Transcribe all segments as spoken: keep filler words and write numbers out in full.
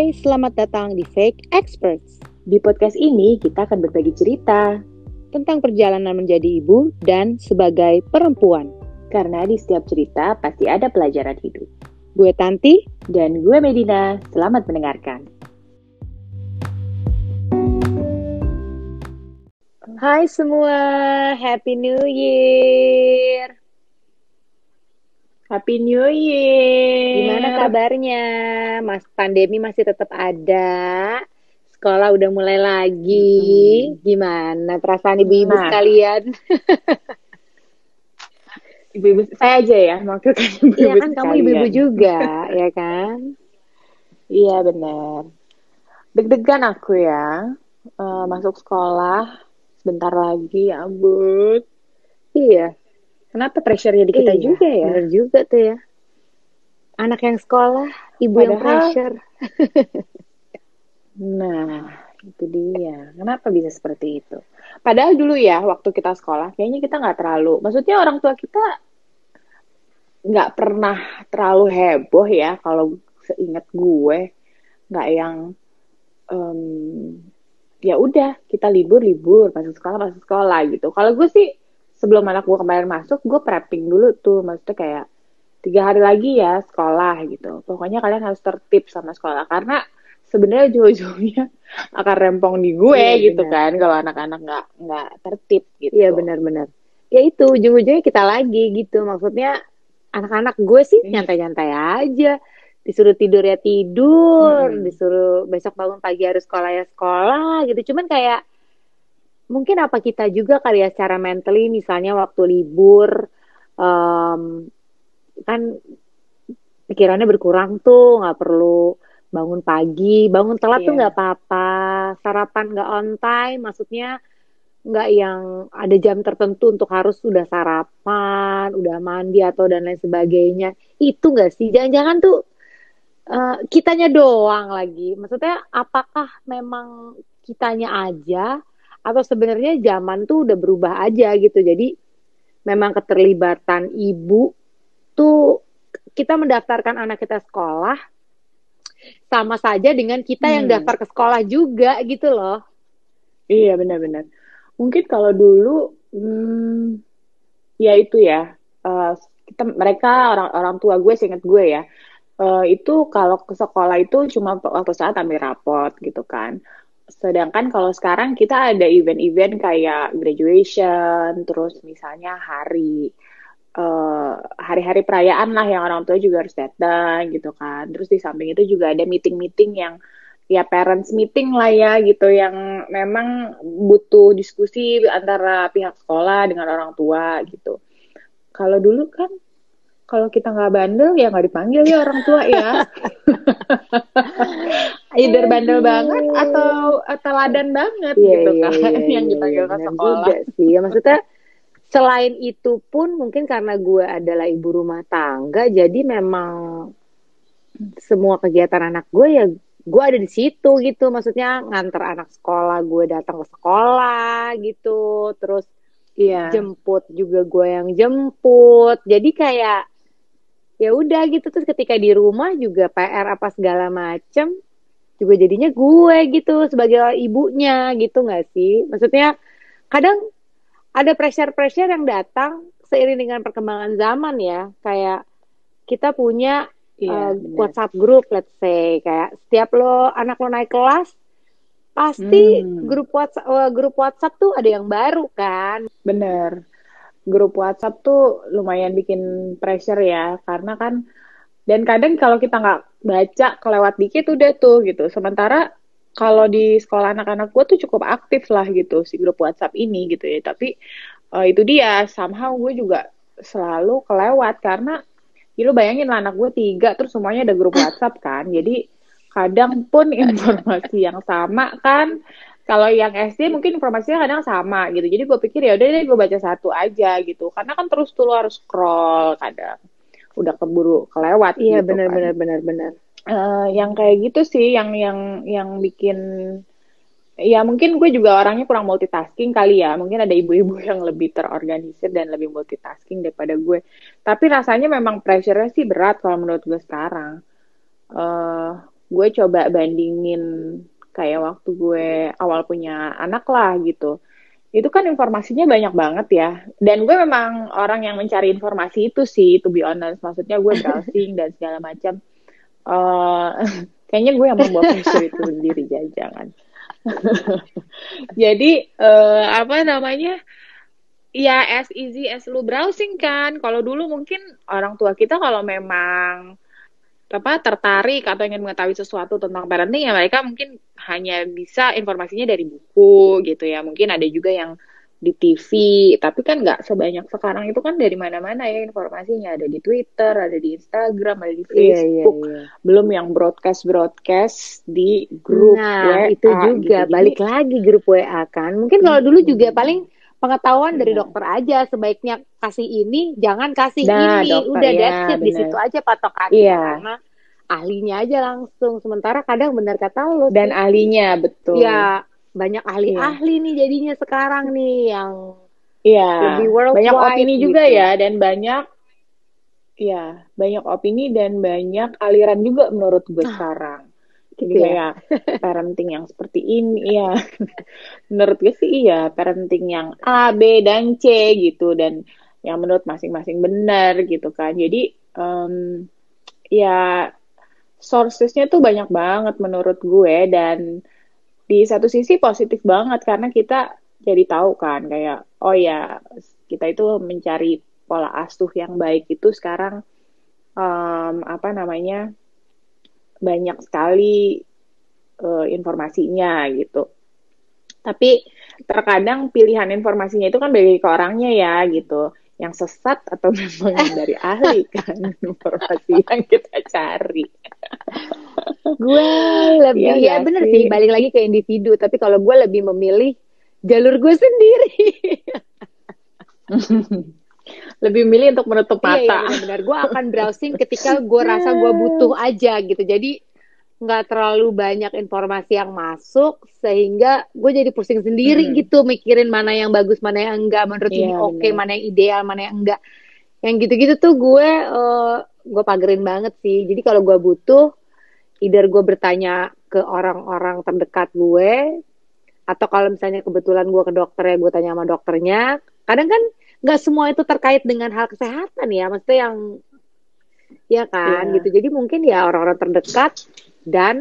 Hai, selamat datang di Fake Experts. Di podcast ini kita akan berbagi cerita tentang perjalanan menjadi ibu dan sebagai perempuan. karena di setiap cerita pasti ada pelajaran hidup. Gue Tanti. Dan gue Medina, selamat mendengarkan. Hai semua, Happy New Year. Happy New Year. Gimana kabarnya? Mas, pandemi masih tetap ada. Sekolah udah mulai lagi. Hmm. Gimana perasaan ibu-ibu Nah. sekalian? Ibu-ibu, saya aja ya, maksudnya ibu-ibu Iya kan, kamu sekalian. ibu-ibu juga, ya kan? Iya benar. Deg-degan aku ya, Eh, masuk sekolah sebentar lagi, ya ampun. Iya, Kenapa pressure-nya di kita iya, juga ya? bener juga tuh ya. Anak yang sekolah, ibu yang Padahal- pressure. Nah, itu dia. Kenapa bisa seperti itu? Padahal dulu ya, waktu kita sekolah, kayaknya kita nggak terlalu, maksudnya orang tua kita nggak pernah terlalu heboh ya, kalau seingat gue, nggak yang, em, ya udah, kita libur-libur, masuk sekolah, masuk sekolah gitu. Kalau gue sih, sebelum anak gue kemarin masuk, gue prepping dulu tuh, maksudnya kayak, tiga hari lagi ya sekolah gitu. Pokoknya kalian harus tertib sama sekolah, karena sebenarnya ujung-ujungnya akan rempong di gue Iya, gitu benar. kan kalau anak-anak nggak nggak tertib gitu. Iya benar-benar. Ya itu ujung-ujungnya kita lagi gitu. Maksudnya anak-anak gue sih Iya. nyantai-nyantai aja. Disuruh tidur ya tidur, Mm-mm. disuruh besok bangun pagi harus sekolah ya sekolah gitu. Cuman kayak mungkin apa kita juga kali ya secara mentally, misalnya waktu libur em, kan pikirannya berkurang tuh, nggak perlu bangun pagi, bangun telat tuh Iya. nggak apa-apa, sarapan nggak on time, maksudnya nggak yang ada jam tertentu untuk harus sudah sarapan, udah mandi atau dan lain sebagainya. Itu nggak sih? Jangan-jangan tuh eh, kitanya doang lagi. Maksudnya apakah memang kitanya aja atau sebenarnya zaman tuh udah berubah aja gitu. Jadi memang keterlibatan ibu tuh kita mendaftarkan anak kita sekolah sama saja dengan kita yang Hmm. daftar ke sekolah juga gitu loh. Iya benar-benar. Mungkin kalau dulu, hmm, ya itu ya, eh, kita mereka orang-orang tua gue, seingat gue ya, eh, itu kalau ke sekolah itu cuma waktu saat ambil rapot gitu kan. Sedangkan kalau sekarang kita ada event-event kayak graduation, terus misalnya hari eh, hari-hari perayaan lah yang orang tua juga harus datang gitu kan. Terus di samping itu juga ada meeting-meeting yang ya parents meeting lah ya gitu, yang memang butuh diskusi antara pihak sekolah dengan orang tua gitu. Kalau dulu kan kalau kita nggak bandel ya nggak dipanggil ya orang tua ya. Either bandel banget atau teladan banget Iya, gitu iya, kan iya, yang iya, dipanggil iya, ke benar sekolah. juga sih. Ya, maksudnya selain itu pun mungkin karena gue adalah ibu rumah tangga, jadi memang semua kegiatan anak gue ya gue ada di situ gitu. Maksudnya nganter anak sekolah, gue datang ke sekolah gitu. Terus Iya. jemput juga gue yang jemput. Jadi kayak ya udah gitu. Terus ketika di rumah juga P R apa segala macem juga jadinya gue gitu sebagai ibunya gitu nggak sih? Maksudnya kadang ada pressure-pressure yang datang seiring dengan perkembangan zaman ya. Kayak kita punya Iya, uh, benar. WhatsApp group, let's say, kayak setiap lo anak lo naik kelas pasti Hmm. grup WhatsApp uh, grup WhatsApp tuh ada yang baru kan. Bener. Grup WhatsApp tuh lumayan bikin pressure ya, karena kan, dan kadang kalau kita nggak baca, kelewat dikit udah tuh gitu. Sementara kalau di sekolah anak-anak gue tuh cukup aktif lah gitu, si grup WhatsApp ini gitu ya. Tapi eh, itu dia, somehow gue juga selalu kelewat, karena ya lu bayangin lah anak gue tiga, terus semuanya ada grup WhatsApp kan. Jadi kadang pun informasi yang sama kan, kalau yang S D mungkin informasinya kadang sama gitu. Jadi gue pikir ya udah deh gue baca satu aja gitu. Karena kan terus tuh lo harus scroll kadang. Udah keburu kelewat Iya gitu benar kan. benar benar benar. Eh, yang kayak gitu sih yang yang yang bikin, ya mungkin gue juga orangnya kurang multitasking kali ya. Mungkin ada ibu-ibu yang lebih terorganisir dan lebih multitasking daripada gue. Tapi rasanya memang pressure-nya sih berat kalau menurut gue sekarang. Eh gue coba bandingin kayak waktu gue awal punya anak lah gitu. Itu kan informasinya banyak banget ya. Dan gue memang orang yang mencari informasi itu sih, to be honest. Maksudnya gue browsing dan segala macam. Eh, kayaknya gue yang membawa pressure itu sendiri, jangan. Jadi eh, apa namanya? Ya as easy as lu browsing kan. Kalau dulu mungkin orang tua kita kalau memang apa tertarik atau ingin mengetahui sesuatu tentang parenting ya mereka mungkin hanya bisa informasinya dari buku gitu ya. Mungkin ada juga yang di T V, tapi kan nggak sebanyak sekarang itu kan dari mana-mana ya informasinya. Ada di Twitter, ada di Instagram, ada di Iya, iya, Facebook. iya. Belum yang broadcast-broadcast di grup Nah, W A itu juga gitu. balik Jadi, lagi grup W A kan. Mungkin kalau dulu juga hmm, paling pengetahuan dari benar. dokter aja, sebaiknya kasih ini, jangan kasih Nah, ini. dokter Udah ya, that's it, di benar. situ aja patokannya Iya, karena ahlinya aja langsung. Sementara kadang benar kata lo dan sih, ahlinya betul. ya banyak Iya. ahli-ahli nih jadinya sekarang nih yang Iya, lebih banyak worldwide opini juga gitu. ya dan banyak ya, banyak opini dan banyak aliran juga menurut gue Nah, sekarang. Jadi gitu ya. kayak parenting yang seperti ini ya. Menurut gue sih iya, parenting yang A, B dan C gitu dan yang menurut masing-masing benar gitu kan. Jadi em, ya sourcesnya tuh banyak banget menurut gue dan di satu sisi positif banget karena kita jadi tahu kan kayak oh ya kita itu mencari pola asuh yang baik itu sekarang em, apa namanya banyak sekali eh, informasinya gitu. Tapi terkadang pilihan informasinya itu kan balik ke orangnya ya gitu. Yang sesat atau memang yang dari ahli kan informasi yang kita cari. Gue Iya lebih, ya nggak bener sih? sih, balik lagi ke individu. Tapi kalau gue lebih memilih jalur gue sendiri. Lebih milih untuk menutup Iya, iya mata. benar-benar. Gue akan browsing ketika gue rasa gue butuh aja gitu. Jadi nggak terlalu banyak informasi yang masuk sehingga gue jadi pusing sendiri Mm-mm. gitu mikirin mana yang bagus, mana yang enggak. Menurut Iya ini oke, benar. mana yang ideal, mana yang enggak. Yang gitu-gitu tuh gue eh, gue pagerin banget sih. Jadi kalau gue butuh, either gue bertanya ke orang-orang terdekat gue, atau kalau misalnya kebetulan gue ke dokter ya gue tanya sama dokternya. Kadang kan nggak semua itu terkait dengan hal kesehatan ya, maksudnya yang ya kan gitu. Iya. Jadi mungkin ya orang-orang terdekat dan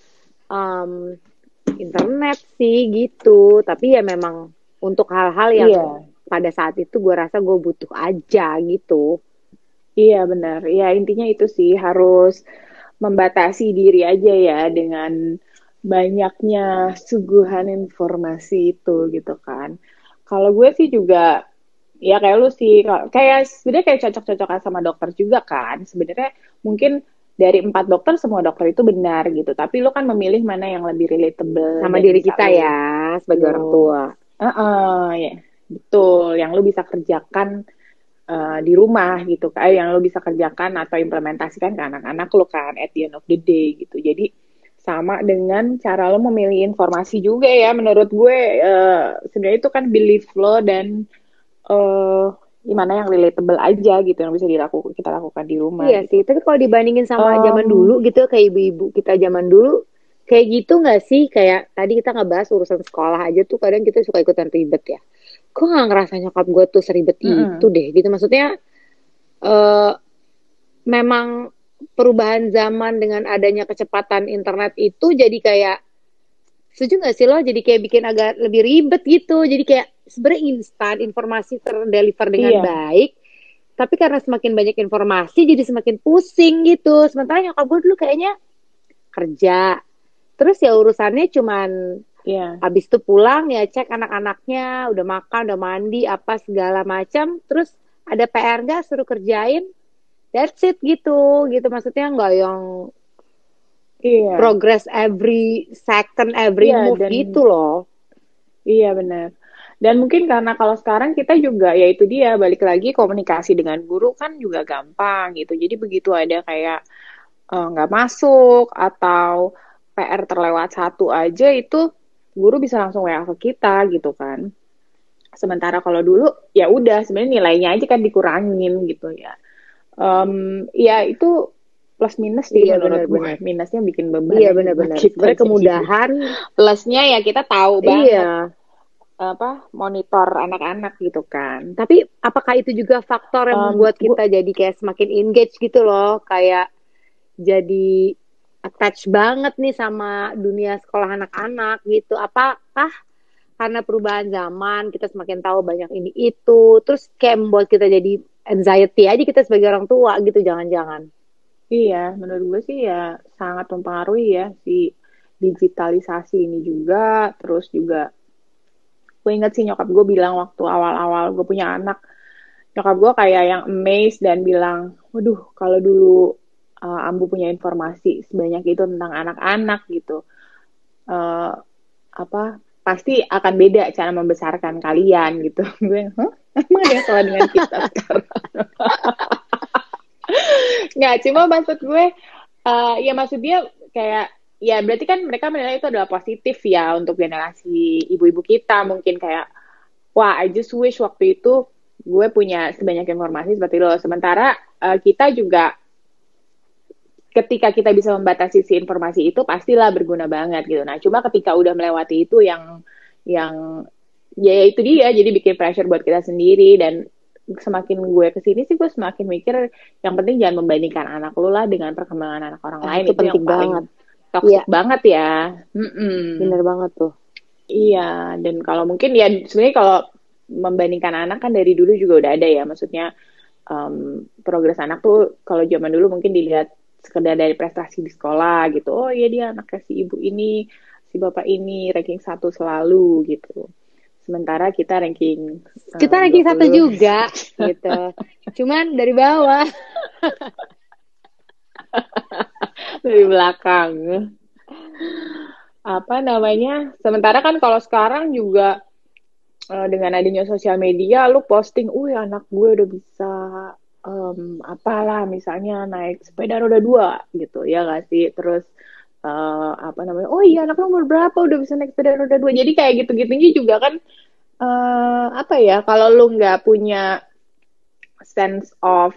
um, internet sih gitu. Tapi ya memang untuk hal-hal yang Iya. pada saat itu gue rasa gue butuh aja gitu. Iya benar. Ya intinya itu sih harus membatasi diri aja ya dengan banyaknya suguhan informasi itu gitu kan. Kalau gue sih juga ya kayak lu sih kayak sebenarnya kayak cocok-cocokan sama dokter juga kan. Sebenarnya mungkin dari empat dokter semua dokter itu benar gitu. Tapi lu kan memilih mana yang lebih relatable Sama dan diri bisa kita lu ya sebagai orang lu tua. Heeh, ya betul yang lu bisa kerjakan eh, di rumah gitu kayak yang lo bisa kerjakan atau implementasikan ke anak-anak lo kan at the end of the day gitu jadi sama dengan cara lo memilih informasi juga ya menurut gue eh, sebenarnya itu kan belief lo dan eh gimana yang relatable aja gitu yang bisa dilakukan kita lakukan di rumah Iya sih, gitu. tapi kalau dibandingin sama zaman Em, dulu gitu, kayak ibu-ibu kita zaman dulu, kayak gitu nggak sih? Kayak tadi kita ngebahas urusan sekolah aja tuh, kadang kita suka ikutan ribet ya. Kok nggak ngerasa nyokap gue tuh seribet itu mm-mm, deh, gitu. Maksudnya, eh, memang perubahan zaman dengan adanya kecepatan internet itu jadi kayak, setuju nggak sih lo? Jadi kayak bikin agak lebih ribet gitu. Jadi kayak sebenarnya instan, informasi terdeliver dengan iya, baik, tapi karena semakin banyak informasi jadi semakin pusing gitu. Sementara nyokap gue dulu kayaknya kerja. Terus ya urusannya cuman iya, habis itu pulang ya cek anak-anaknya, udah makan, udah mandi, apa segala macam. Terus ada P R nggak suruh kerjain. That's it gitu. Gitu maksudnya nggak yang iya, progress every second, every iya move dan gitu loh. iya benar. Dan mungkin karena kalau sekarang kita juga ya itu dia balik lagi komunikasi dengan guru kan juga gampang gitu. Jadi begitu ada kayak eh, nggak masuk atau P R terlewat satu aja itu guru bisa langsung W A ke kita gitu kan. Sementara kalau dulu ya udah sebenarnya nilainya aja kan dikurangin gitu ya. Em, ya itu plus minus sih Iya menurut gue. benar-benar. Minusnya bikin beban Iya aja buat benar-benar. kita Sebenarnya jadi. kemudahan. Plusnya ya kita tahu banget Iya. apa monitor anak-anak gitu kan. Tapi apakah itu juga faktor yang Um, membuat gue kita jadi kayak semakin engage gitu loh, kayak jadi attach banget nih sama dunia sekolah anak-anak gitu. Apakah karena perubahan zaman kita semakin tahu banyak ini itu, terus kayak membuat kita jadi anxiety aja kita sebagai orang tua gitu, jangan-jangan. iya, menurut gue sih ya sangat mempengaruhi ya si digitalisasi ini juga. Terus juga gue inget sih nyokap gue bilang waktu awal-awal gue punya anak, nyokap gue kayak yang amazed dan bilang, waduh kalau dulu uh, Ambu punya informasi sebanyak itu tentang anak-anak gitu, uh, apa pasti akan beda cara membesarkan kalian gitu. Gue, huh? Emang ada yang salah dengan kita sekarang? Nggak, cuma maksud gue, uh, ya maksud dia kayak, ya berarti kan mereka menilai itu adalah positif ya untuk generasi ibu-ibu kita. Mungkin kayak, wah I just wish waktu itu gue punya sebanyak informasi seperti lo. Sementara uh, kita juga, ketika kita bisa membatasi si informasi itu, pastilah berguna banget gitu. Nah, cuma ketika udah melewati itu yang, yang ya itu dia, jadi bikin pressure buat kita sendiri. Dan semakin gue kesini sih gue semakin mikir yang penting jangan membandingkan anak lu lah dengan perkembangan anak orang Ah, lain. itu Itu yang penting paling banget. toxic Iya, banget ya. Mm-mm. bener banget tuh. Iya, dan kalau mungkin ya sebenarnya kalau membandingkan anak kan dari dulu juga udah ada ya. Maksudnya um, progres anak tuh kalau zaman dulu mungkin dilihat sekedar dari prestasi di sekolah gitu. Oh iya dia anaknya si ibu ini, si bapak ini ranking satu selalu gitu. Sementara kita ranking Kita um, ranking satu dua puluh juga gitu. Cuman dari bawah. dari belakang. Apa namanya? Sementara kan kalau sekarang juga uh, dengan adanya sosial media, lu posting, "Wih, anak gue udah bisa um, apalah misalnya naik sepeda roda dua gitu ya gak sih?" Terus uh, apa namanya? "Oh iya, anak lu umur berapa udah bisa naik sepeda roda dua?" Jadi kayak gitu-gitunya juga kan uh, apa ya? Kalau lu nggak punya sense of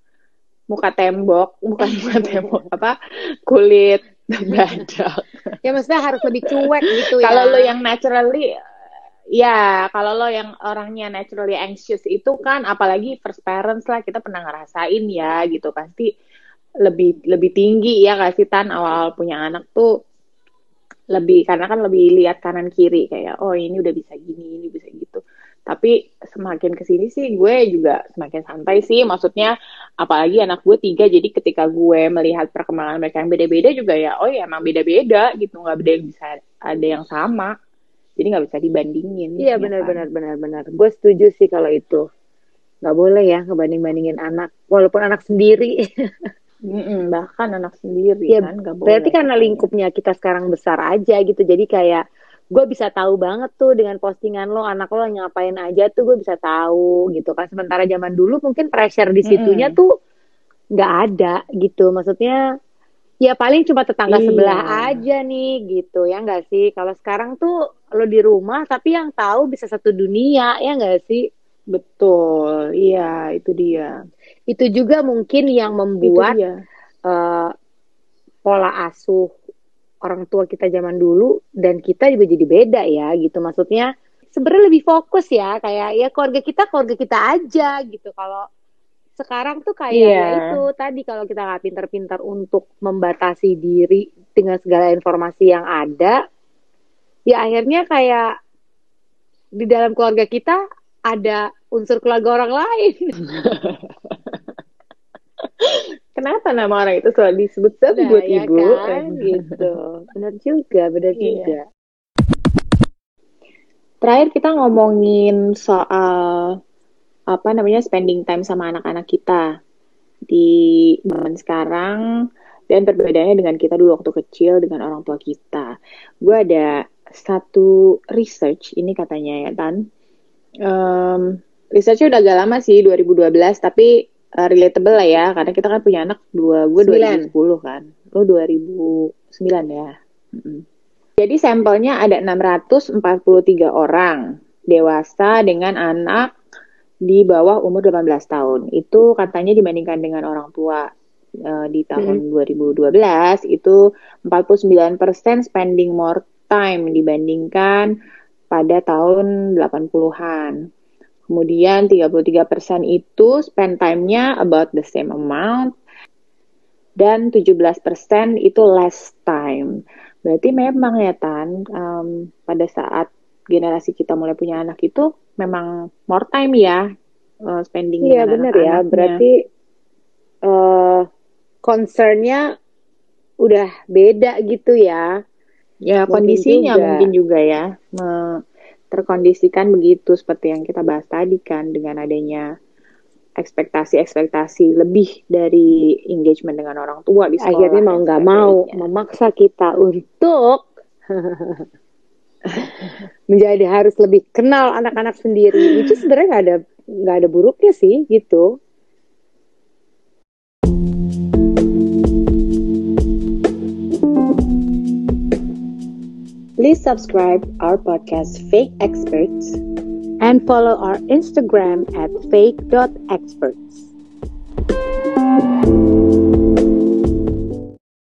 muka tembok, bukan muka tembok, apa kulit badak. Ya maksudnya harus lebih cuek gitu ya. Kalau lo yang naturally, ya kalau lo yang orangnya naturally anxious itu kan, apalagi first parents lah, kita pernah ngerasain ya gitu, pasti lebih lebih tinggi ya kasih Tan awal-awal punya anak tuh lebih, karena kan lebih lihat kanan kiri kayak oh ini udah bisa gini, ini bisa gitu. Tapi semakin kesini sih gue juga semakin santai sih, maksudnya apalagi anak gue tiga, jadi ketika gue melihat perkembangan mereka yang beda-beda juga ya, oh ya emang beda-beda gitu, nggak ada yang bisa ada yang sama, jadi nggak bisa dibandingin. Iya ya benar-benar kan? benar-benar. Gue setuju sih kalau itu. Nggak boleh ya ngebanding-bandingin anak, walaupun anak sendiri. Mm-mm, bahkan anak sendiri Ya kan nggak berarti boleh karena katanya. lingkupnya kita sekarang besar aja gitu. Jadi kayak gue bisa tahu banget tuh dengan postingan lo, anak lo ngapain aja tuh gue bisa tahu gitu kan. Sementara zaman dulu mungkin pressure di situnya Mm-mm. tuh nggak ada gitu. Maksudnya ya paling cuma tetangga Iya, sebelah aja nih gitu ya nggak sih. Kalau sekarang tuh lo di rumah tapi yang tahu bisa satu dunia ya nggak sih. betul, iya itu dia, Itu juga mungkin yang itu membuat dia. eh, pola asuh orang tua kita zaman dulu dan kita juga jadi beda ya gitu. Maksudnya sebenarnya lebih fokus ya kayak ya keluarga kita keluarga kita aja gitu. Kalau sekarang tuh kayak Iya, ya itu tadi kalau kita nggak pintar-pintar untuk membatasi diri dengan segala informasi yang ada, ya akhirnya kayak di dalam keluarga kita ada unsur keluarga orang lain. kenapa nama orang itu selalu disebut Nah, sebut ya ibu? kan gitu. Benar juga, benar Iya. juga. Terakhir kita ngomongin soal apa namanya spending time sama anak-anak kita di zaman sekarang dan perbedaannya dengan kita dulu waktu kecil dengan orang tua kita. Gue ada satu research ini katanya ya Tan. Um, researchnya udah agak lama sih dua ribu dua belas tapi uh, relatable lah ya karena kita kan punya anak dua gue dua ribu sepuluh kan, lo dua ribu sembilan ya. Mm-mm. Jadi sampelnya ada enam ratus empat puluh tiga orang dewasa dengan anak di bawah umur delapan belas tahun. Itu katanya dibandingkan dengan orang tua uh, di tahun hmm. dua ribu dua belas itu empat puluh sembilan persen spending more time dibandingkan pada tahun delapan puluhan. Kemudian tiga puluh tiga persen itu spend time-nya about the same amount. Dan tujuh belas persen itu less time. Berarti memang ya Tan, um, pada saat generasi kita mulai punya anak itu memang more time ya uh, spending iya, dengan bener ya. Berarti uh, concern-nya udah beda gitu ya. Ya mungkin kondisinya juga. mungkin juga ya me- terkondisikan begitu seperti yang kita bahas tadi kan, dengan adanya ekspektasi-ekspektasi lebih dari engagement dengan orang tua di sekolah. Akhirnya mau nggak mau memaksa kita untuk menjadi harus lebih kenal anak-anak sendiri. Itu sebenarnya nggak ada nggak ada buruknya sih gitu. Please subscribe our podcast Fake Experts and follow our Instagram at fake dot experts.